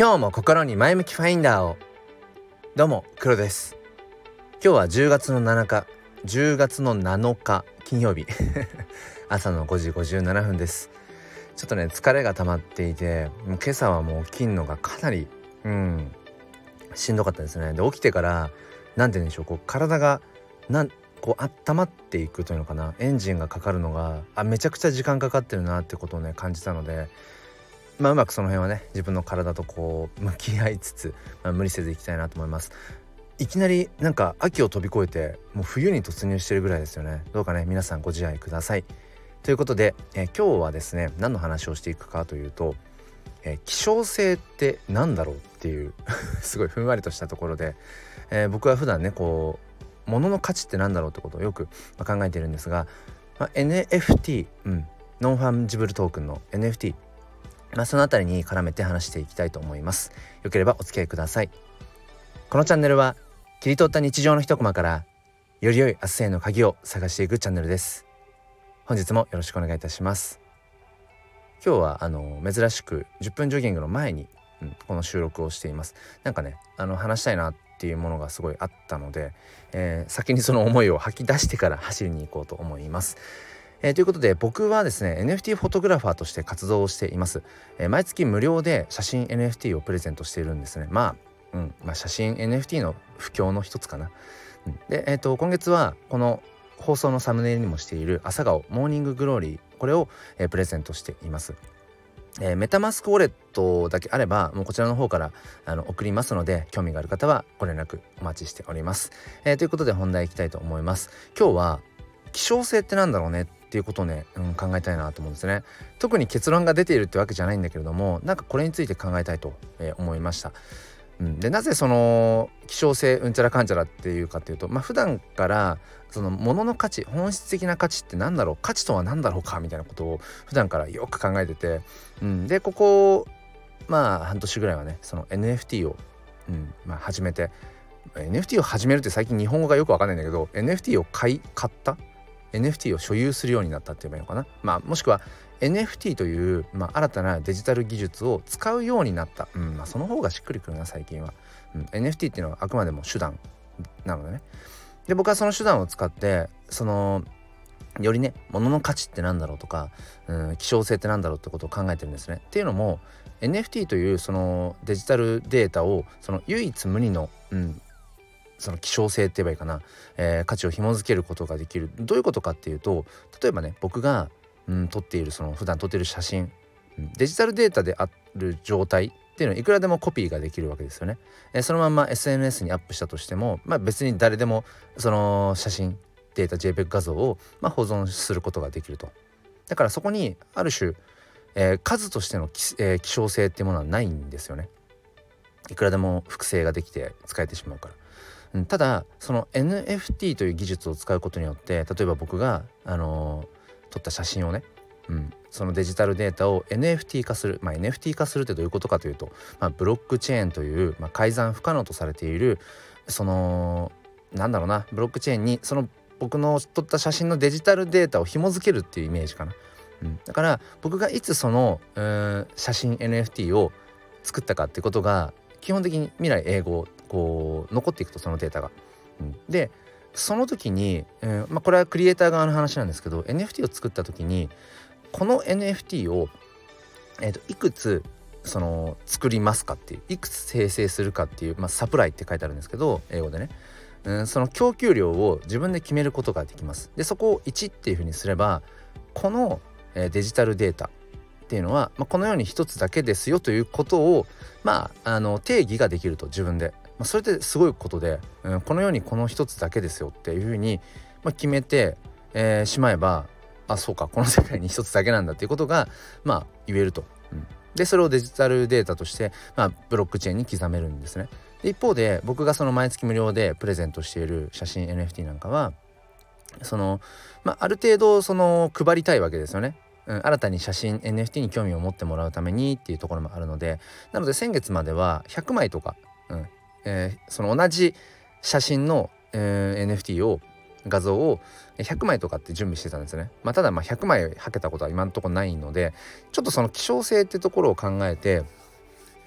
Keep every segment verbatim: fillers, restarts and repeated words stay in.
今日も心に前向きファインダーを。どうも黒です。今日はじゅうがつのなのかじゅうがつのなのか金曜日朝のごじごじゅうななふんです。ちょっとね疲れが溜まっていて、もう今朝はもう起きんのがかなりうんしんどかったですね。で起きてからなんて言うんでしょう、こう体がなんこう温まっていくというのかな、エンジンがかかるのがあめちゃくちゃ時間かかってるなってことをね感じたので、まあうまくその辺はね自分の体とこう向き合いつつ、まあ、無理せずいきたいなと思います。いきなりなんか秋を飛び越えてもう冬に突入してるぐらいですよね。どうかね皆さんご自愛ください。ということで、えー今日はですね何の話をしていくかというと、えー希少性ってなんだろうっていうすごいふんわりとしたところで、えー僕は普段ねこう物の価値ってなんだろうってことをよくまあ考えているんですが、まあ、エヌエフティー、うん、ノンファンジブルトークンの エヌエフティー、まあ、そのあたりに絡めて話していきたいと思います。よければお付き合いください。このチャンネルは切り取った日常の一コマからより良い明日への鍵を探していくチャンネルです。本日もよろしくお願いいたします。今日はあの珍しくじゅっぷんジョギングの前に、うん、この収録をしています。なんかねあの話したいなっていうものがすごいあったので、えー先にその思いを吐き出してから走りに行こうと思います。えーということで僕はですね エヌエフティー フォトグラファーとして活動をしています。えー毎月無料で写真 エヌエフティー をプレゼントしているんですね。まあ、うんまあ、写真 エヌエフティー の布教の一つかな。うん、で、えーと今月はこの放送のサムネイルにもしている朝顔モーニンググローリー、これを、えープレゼントしています。えーメタマスクウォレットだけあればもうこちらの方からあの送りますので、興味がある方はご連絡お待ちしております。えーということで本題いきたいと思います。今日は希少性ってなんだろうねっていうことをね、うん、考えたいなと思うんですね。特に結論が出ているってわけじゃないんだけれども、なんかこれについて考えたいと、えー思いました。うん、でなぜその希少性うんちゃらかんちゃらっていうかっていうと、まあ普段からその物の価値、本質的な価値ってなんだろう、価値とは何だろうかみたいなことを普段からよく考えてて、うん、でここまあ半年ぐらいはねその エヌエフティー を、うんまあ、始めて エヌエフティー を始めるって最近日本語がよくわかんないんだけど エヌエフティー を買い買った エヌエフティー を所有するようになったって言えばいいのかな、まあ、もしくは エヌエフティー という、まあ、新たなデジタル技術を使うようになった、うんまあ、その方がしっくりくるな最近は、うん、エヌエフティー っていうのはあくまでも手段なのでね。で僕はその手段を使ってそのよりね物の価値ってなんだろうとか、うん、希少性ってなんだろうってことを考えてるんですね。っていうのも エヌエフティー というそのデジタルデータをその唯一無二の、うん、その希少性って言えばいいかな、えー価値を紐づけることができる。どういうことかっていうと、例えばね僕が、うん、撮っているその普段撮っている写真、うん、デジタルデータである状態っていうのはいくらでもコピーができるわけですよね。えーそのまま エスエヌエス にアップしたとしても、まあ、別に誰でもその写真データ ジェイペグ 画像を、まあ、保存することができると。だからそこにある種、えー数としての希、えー希少性っていうものはないんですよね。いくらでも複製ができて使えてしまうから。うん、ただその エヌエフティー という技術を使うことによって、例えば僕が、あのー撮った写真をね、うん、そのデジタルデータを エヌエフティー 化する、まあ、エヌエフティー 化するってどういうことかというと、まあ、ブロックチェーンという、まあ、改ざん不可能とされているそのなんだろうなブロックチェーンにその僕の撮った写真のデジタルデータを紐付けるっていうイメージかな。うん、だから僕がいつそのうーん写真 エヌエフティー を作ったかっていうことが基本的に未来永劫こう残っていくと、そのデータが。うん、でその時に、えーまあ、これはクリエイター側の話なんですけど エヌエフティー を作った時にこの エヌエフティー を、えーと、いくつその作りますかっていう、いくつ生成するかっていう、まあ、サプライって書いてあるんですけど英語でね、うん、その供給量を自分で決めることができます。でそこをいちっていうふうにすればこの、えーデジタルデータっていうのは、まあ、このように一つだけですよということを、まあ、あの定義ができると自分で、まあ、それってすごいことで、うん、このようにこの一つだけですよっていうふうに、まあ、決めて、えーしまえば、あそうかこの世界に一つだけなんだっていうことが、まあ、言えると。うん、でそれをデジタルデータとして、まあ、ブロックチェーンに刻めるんですね。で一方で僕がその毎月無料でプレゼントしている写真 エヌエフティー なんかはその、まあ、ある程度その配りたいわけですよね。うん、新たに写真 エヌエフティー に興味を持ってもらうためにっていうところもあるので、なので先月まではひゃくまいとか、うんえーその同じ写真の、えー エヌエフティー を画像をひゃくまいとかって準備してたんですね。まあ、ただまあひゃくまいはけたことは今のところないので、ちょっとその希少性ってところを考えて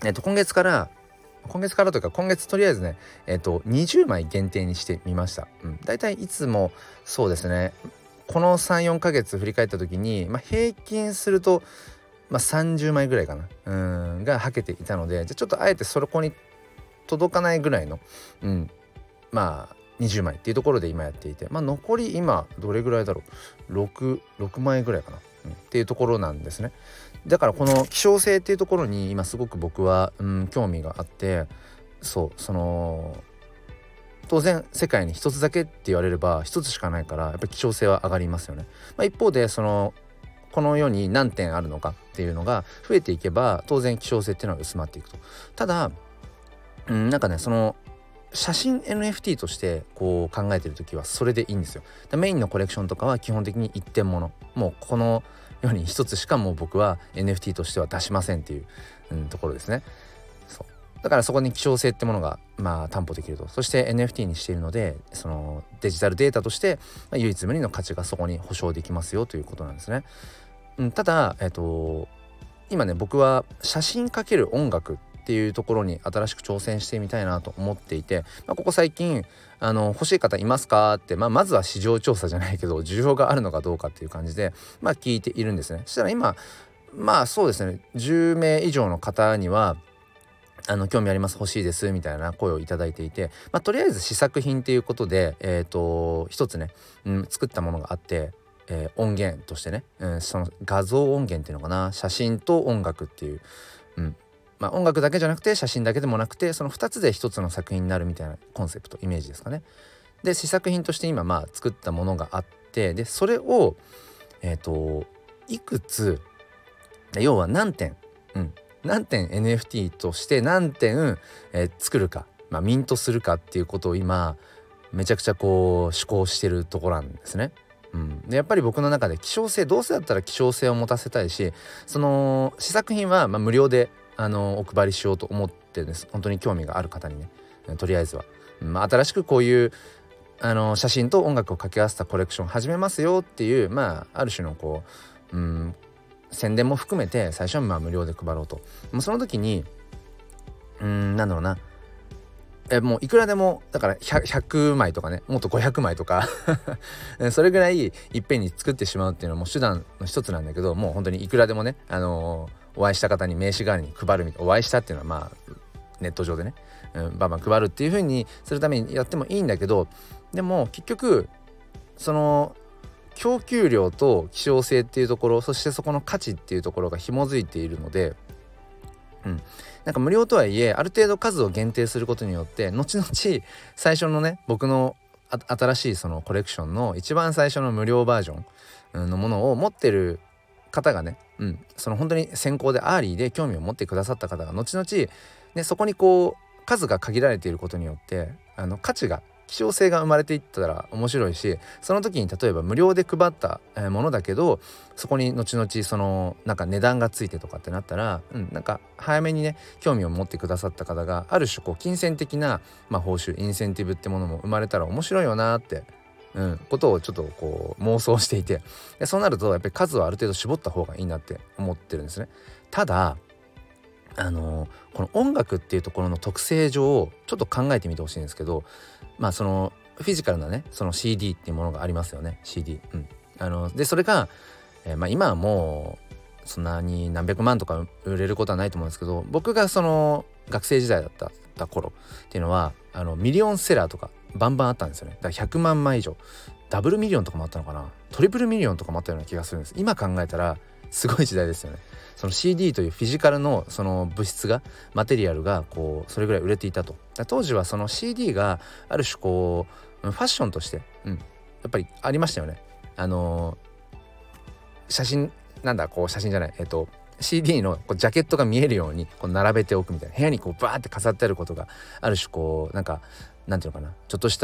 えっと今月から今月からというか今月とりあえずねえっとにじゅうまい限定にしてみました。うん、だいたいいつもそうですねこの さん,よん ヶ月振り返った時に、まあ、平均すると、まあ、さんじゅうまいぐらいかなうんがはけていたので、じゃあちょっとあえてそこに届かないぐらいの、うん、まあにじゅうまいっていうところで今やっていて、まあ残り今どれぐらいだろう 6, 6枚ぐらいかな、うん、っていうところなんですね。だからこの希少性っていうところに今すごく僕は、うん、興味があって、そうその当然世界に一つだけって言われれば一つしかないからやっぱり希少性は上がりますよね。まあ、一方でそのこの世に何点あるのかっていうのが増えていけば当然希少性っていうのは薄まっていくと。ただ、うん、なんかねその写真 エヌエフティー としてこう考えてる時はそれでいいんですよ。メインのコレクションとかは基本的に一点物、もうこの世に一つしかもう僕は エヌエフティー としては出しませんっていう、うん、ところですね。そうだからそこに希少性ってものがまあ担保できると。そして エヌエフティー にしているのでそのデジタルデータとして唯一無二の価値がそこに保証できますよということなんですね。うん、ただ、えっと、今ね僕は写真×音楽っていうところに新しく挑戦してみたいなと思っていて、まあ、ここ最近あの欲しい方いますかって、まあ、まずは市場調査じゃないけど需要があるのかどうかっていう感じで、まあ、聞いているんですね。そしたら今まあそうですねじゅうめい以上の方にはあの興味あります欲しいですみたいな声をいただいていて、まあ、とりあえず試作品っていうことでえっと一つね、うん、作ったものがあって、えー、音源としてね、うん、その画像音源っていうのかな、写真と音楽っていう、うんまあ、音楽だけじゃなくて写真だけでもなくてそのふたつで一つの作品になるみたいなコンセプトイメージですかね。で試作品として今まあ作ったものがあって、でそれをえっといくつ要は何点、うん、何点 エヌエフティー として何点、えー、作るか、まあ、ミントするかっていうことを今めちゃくちゃこう思考してるところなんですね。うん、でやっぱり僕の中で希少性どうせだったら希少性を持たせたいし、その試作品はまあ無料であのお配りしようと思ってるんです。本当に興味がある方にね、とりあえずは、まあ、新しくこういうあの写真と音楽を掛け合わせたコレクション始めますよっていう、まあある種のこう、うん、宣伝も含めて最初はまあ無料で配ろうと。もうその時にうーんなんだろうなえもういくらでもだから ひゃく, ひゃくまいとかね、もっとごひゃくまいとかそれぐらいいっぺんに作ってしまうっていうのはもう手段の一つなんだけど、もう本当にいくらでもね、あのー、お会いした方に名刺代わりに配るみたいな、お会いしたっていうのはまあネット上でね、うん、バンバン配るっていう風にするためにやってもいいんだけど、でも結局その供給量と希少性っていうところ、そしてそこの価値っていうところが紐づいているので、うん、なんか無料とはいえある程度数を限定することによって後々最初のね僕の新しいそのコレクションの一番最初の無料バージョンのものを持ってる方がね、うん、その本当に先行でアーリーで興味を持ってくださった方が後々、ね、そこにこう数が限られていることによってあの価値が希少性が生まれていったら面白いし、その時に例えば無料で配ったものだけどそこに後々そのなんか値段がついてとかってなったら、うん、なんか早めにね興味を持ってくださった方がある種こう金銭的な、まあ、報酬インセンティブってものも生まれたら面白いよなって、うん、ことをちょっとこう妄想していて、でそうなるとやっぱり数をある程度絞った方がいいなって思ってるんですね。ただあのー、この音楽っていうところの特性上ちょっと考えてみてほしいんですけど、まあそのフィジカルなねその シーディー っていうものがありますよね シーディー、うん、あのでそれが、えー、まあ今はもうそんなに何百万とか売れることはないと思うんですけど、僕がその学生時代だったた頃っていうのはあのミリオンセラーとかバンバンあったんですよね。だからひゃくまんまい以上、ダブルミリオンとかもあったのかな、トリプルミリオンとかもあったような気がするんです。今考えたらすごい時代ですよね。その シーディー というフィジカルのその物質がマテリアルがこうそれぐらい売れていたと。当時はその シーディー がある種こうファッションとして、うん、やっぱりありましたよね。あのー、写真なんだこう写真じゃないえっと シーディー のこうジャケットが見えるようにこう並べておくみたいな、部屋にこうバーって飾ってあることがある種こうなんかなんていうのかな、ちょっとした、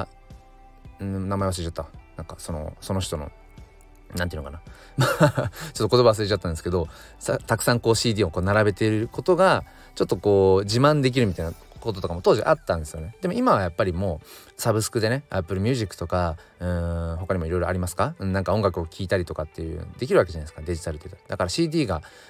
うん、名前忘れちゃった、なんかそのその人のなんていうのかなちょっと言葉忘れちゃったんですけど、さたくさんこう シーディー をこう並べていることがちょっとこう自慢できるみたいなこととかも当時あったんですよね。でも今はやっぱりもうサブスクでね Apple Music とかうーん他にもいろいろありますか、なんか音楽を聴いたりとかっていうできるわけじゃないですか、デジタルって。だから シーディー が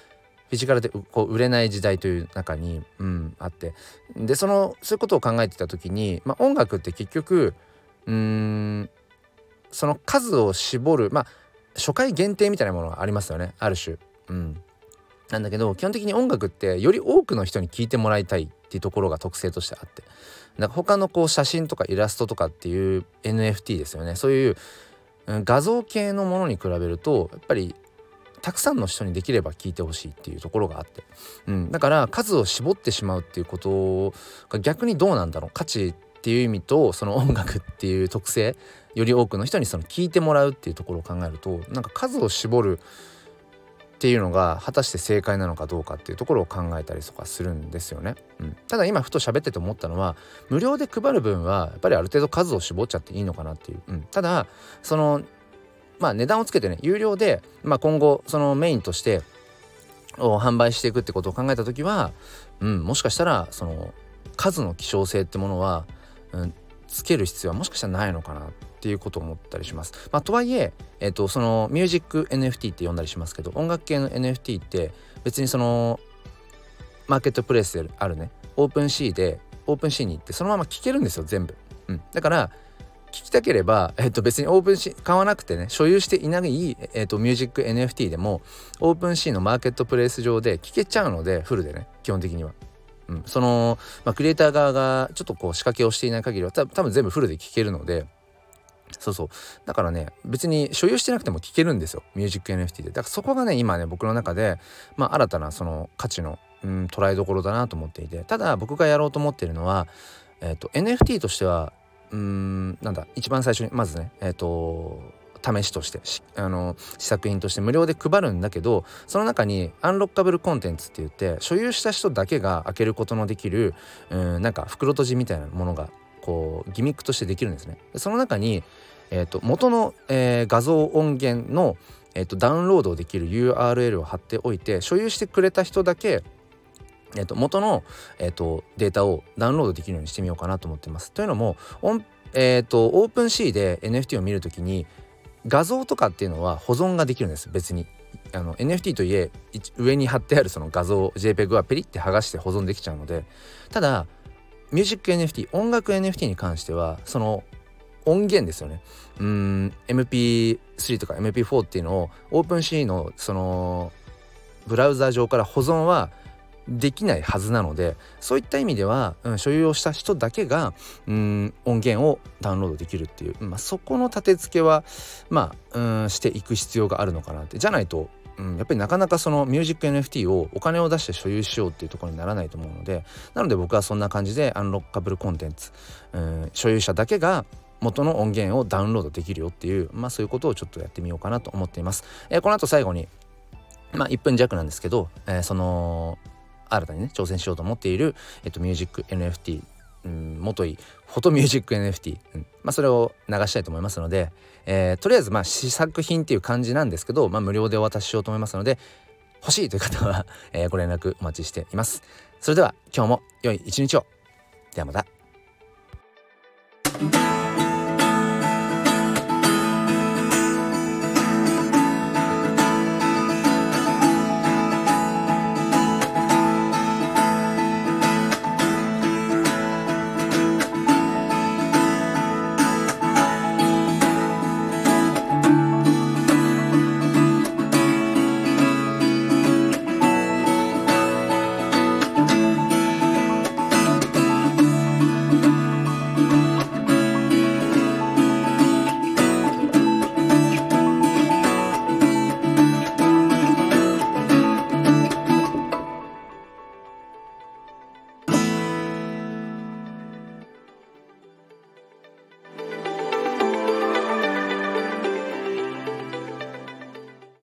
フィジカルでこう売れない時代という中に、うん、あって、でそのそういうことを考えてた時に、まあ、音楽って結局うーんその数を絞る、まあ初回限定みたいなものがありますよね、ある種。うん、なんだけど基本的に音楽ってより多くの人に聴いてもらいたいっていうところが特性としてあって、なんか他のこう写真とかイラストとかっていう エヌエフティー ですよね、そういう、うん、画像系のものに比べるとやっぱりたくさんの人にできれば聴いてほしいっていうところがあって、うん、だから数を絞ってしまうっていうことが逆にどうなんだろう、価値っていう意味とその音楽っていう特性、より多くの人にその聴いてもらうっていうところを考えると、なんか数を絞るっていうのが果たして正解なのかどうかっていうところを考えたりとかするんですよね、うん、ただ今ふと喋ってて思ったのは、無料で配る分はやっぱりある程度数を絞っちゃっていいのかなっていう、うん、ただそのまあ値段をつけてね、有料で、まあ、今後そのメインとして販売していくってことを考えた時は、うん、もしかしたらその数の希少性ってものは、うん、つける必要はもしかしたらないのかなっていうことを思ったりします。まあ、とはいええーと、そのミュージック エヌエフティー って呼んだりしますけど、音楽系の エヌエフティー って別にそのマーケットプレイスであるねオープンシーでオープンシーに行ってそのまま聴けるんですよ全部、うん、だから聞きたければ、えっと、別にオープンシー買わなくてね、所有していない、えっと、ミュージック エヌエフティー でもオープンシーのマーケットプレイス上で聞けちゃうので、フルでね基本的には、うん、その、まあ、クリエイター側がちょっとこう仕掛けをしていない限りはた多分全部フルで聞けるので、そうそう、だからね別に所有してなくても聞けるんですよ、ミュージック エヌエフティー で。だからそこがね今ね僕の中で、まあ、新たなその価値の、うん、捉えどころだなと思っていて、ただ僕がやろうと思っているのは、えっと、エヌエフティー としてはうーんなんだ一番最初にまずねえっ、と試しとしてあの試作品として無料で配るんだけど、その中にアンロッカブルコンテンツって言って所有した人だけが開けることのできるうんなんか袋閉じみたいなものがこうギミックとしてできるんですね。でその中に、えー、と元の、えー画像音源の、えー、とダウンロードできる ユーアールエル を貼っておいて、所有してくれた人だけえー、と元の、えー、とデータをダウンロードできるようにしてみようかなと思っています。というのもオン、えー、とオープンシーで エヌエフティー を見るときに画像とかっていうのは保存ができるんです。別にあの エヌエフティー といえ上に貼ってあるその画像 ジェイペグ はペリって剥がして保存できちゃうので、ただミュージック エヌエフティー 音楽 エヌエフティー に関してはその音源ですよね、うーん エムピースリー とか エムピーフォー っていうのをオープンシーのそのブラウザ上から保存はできないはずなので、そういった意味では、うん、所有をした人だけがうん音源をダウンロードできるっていう、まあ、そこの立て付けはまあうんしていく必要があるのかなって。じゃないと、うん、やっぱりなかなかそのミュージック エヌエフティー をお金を出して所有しようっていうところにならないと思うので、なので僕はそんな感じでアンロッカブルコンテンツ、うん、所有者だけが元の音源をダウンロードできるよっていう、まあそういうことをちょっとやってみようかなと思っています。えー、この後最後にまあいっぷん弱なんですけど、えー、その新たにね挑戦しようと思っている、えっと、ミュージック エヌエフティー、うん、元いフォトミュージック エヌエフティー、うんまあ、それを流したいと思いますので、えー、とりあえずまあ試作品っていう感じなんですけど、まあ、無料でお渡ししようと思いますので、欲しいという方は、えー、ご連絡お待ちしています。それでは今日も良い一日を。ではまた。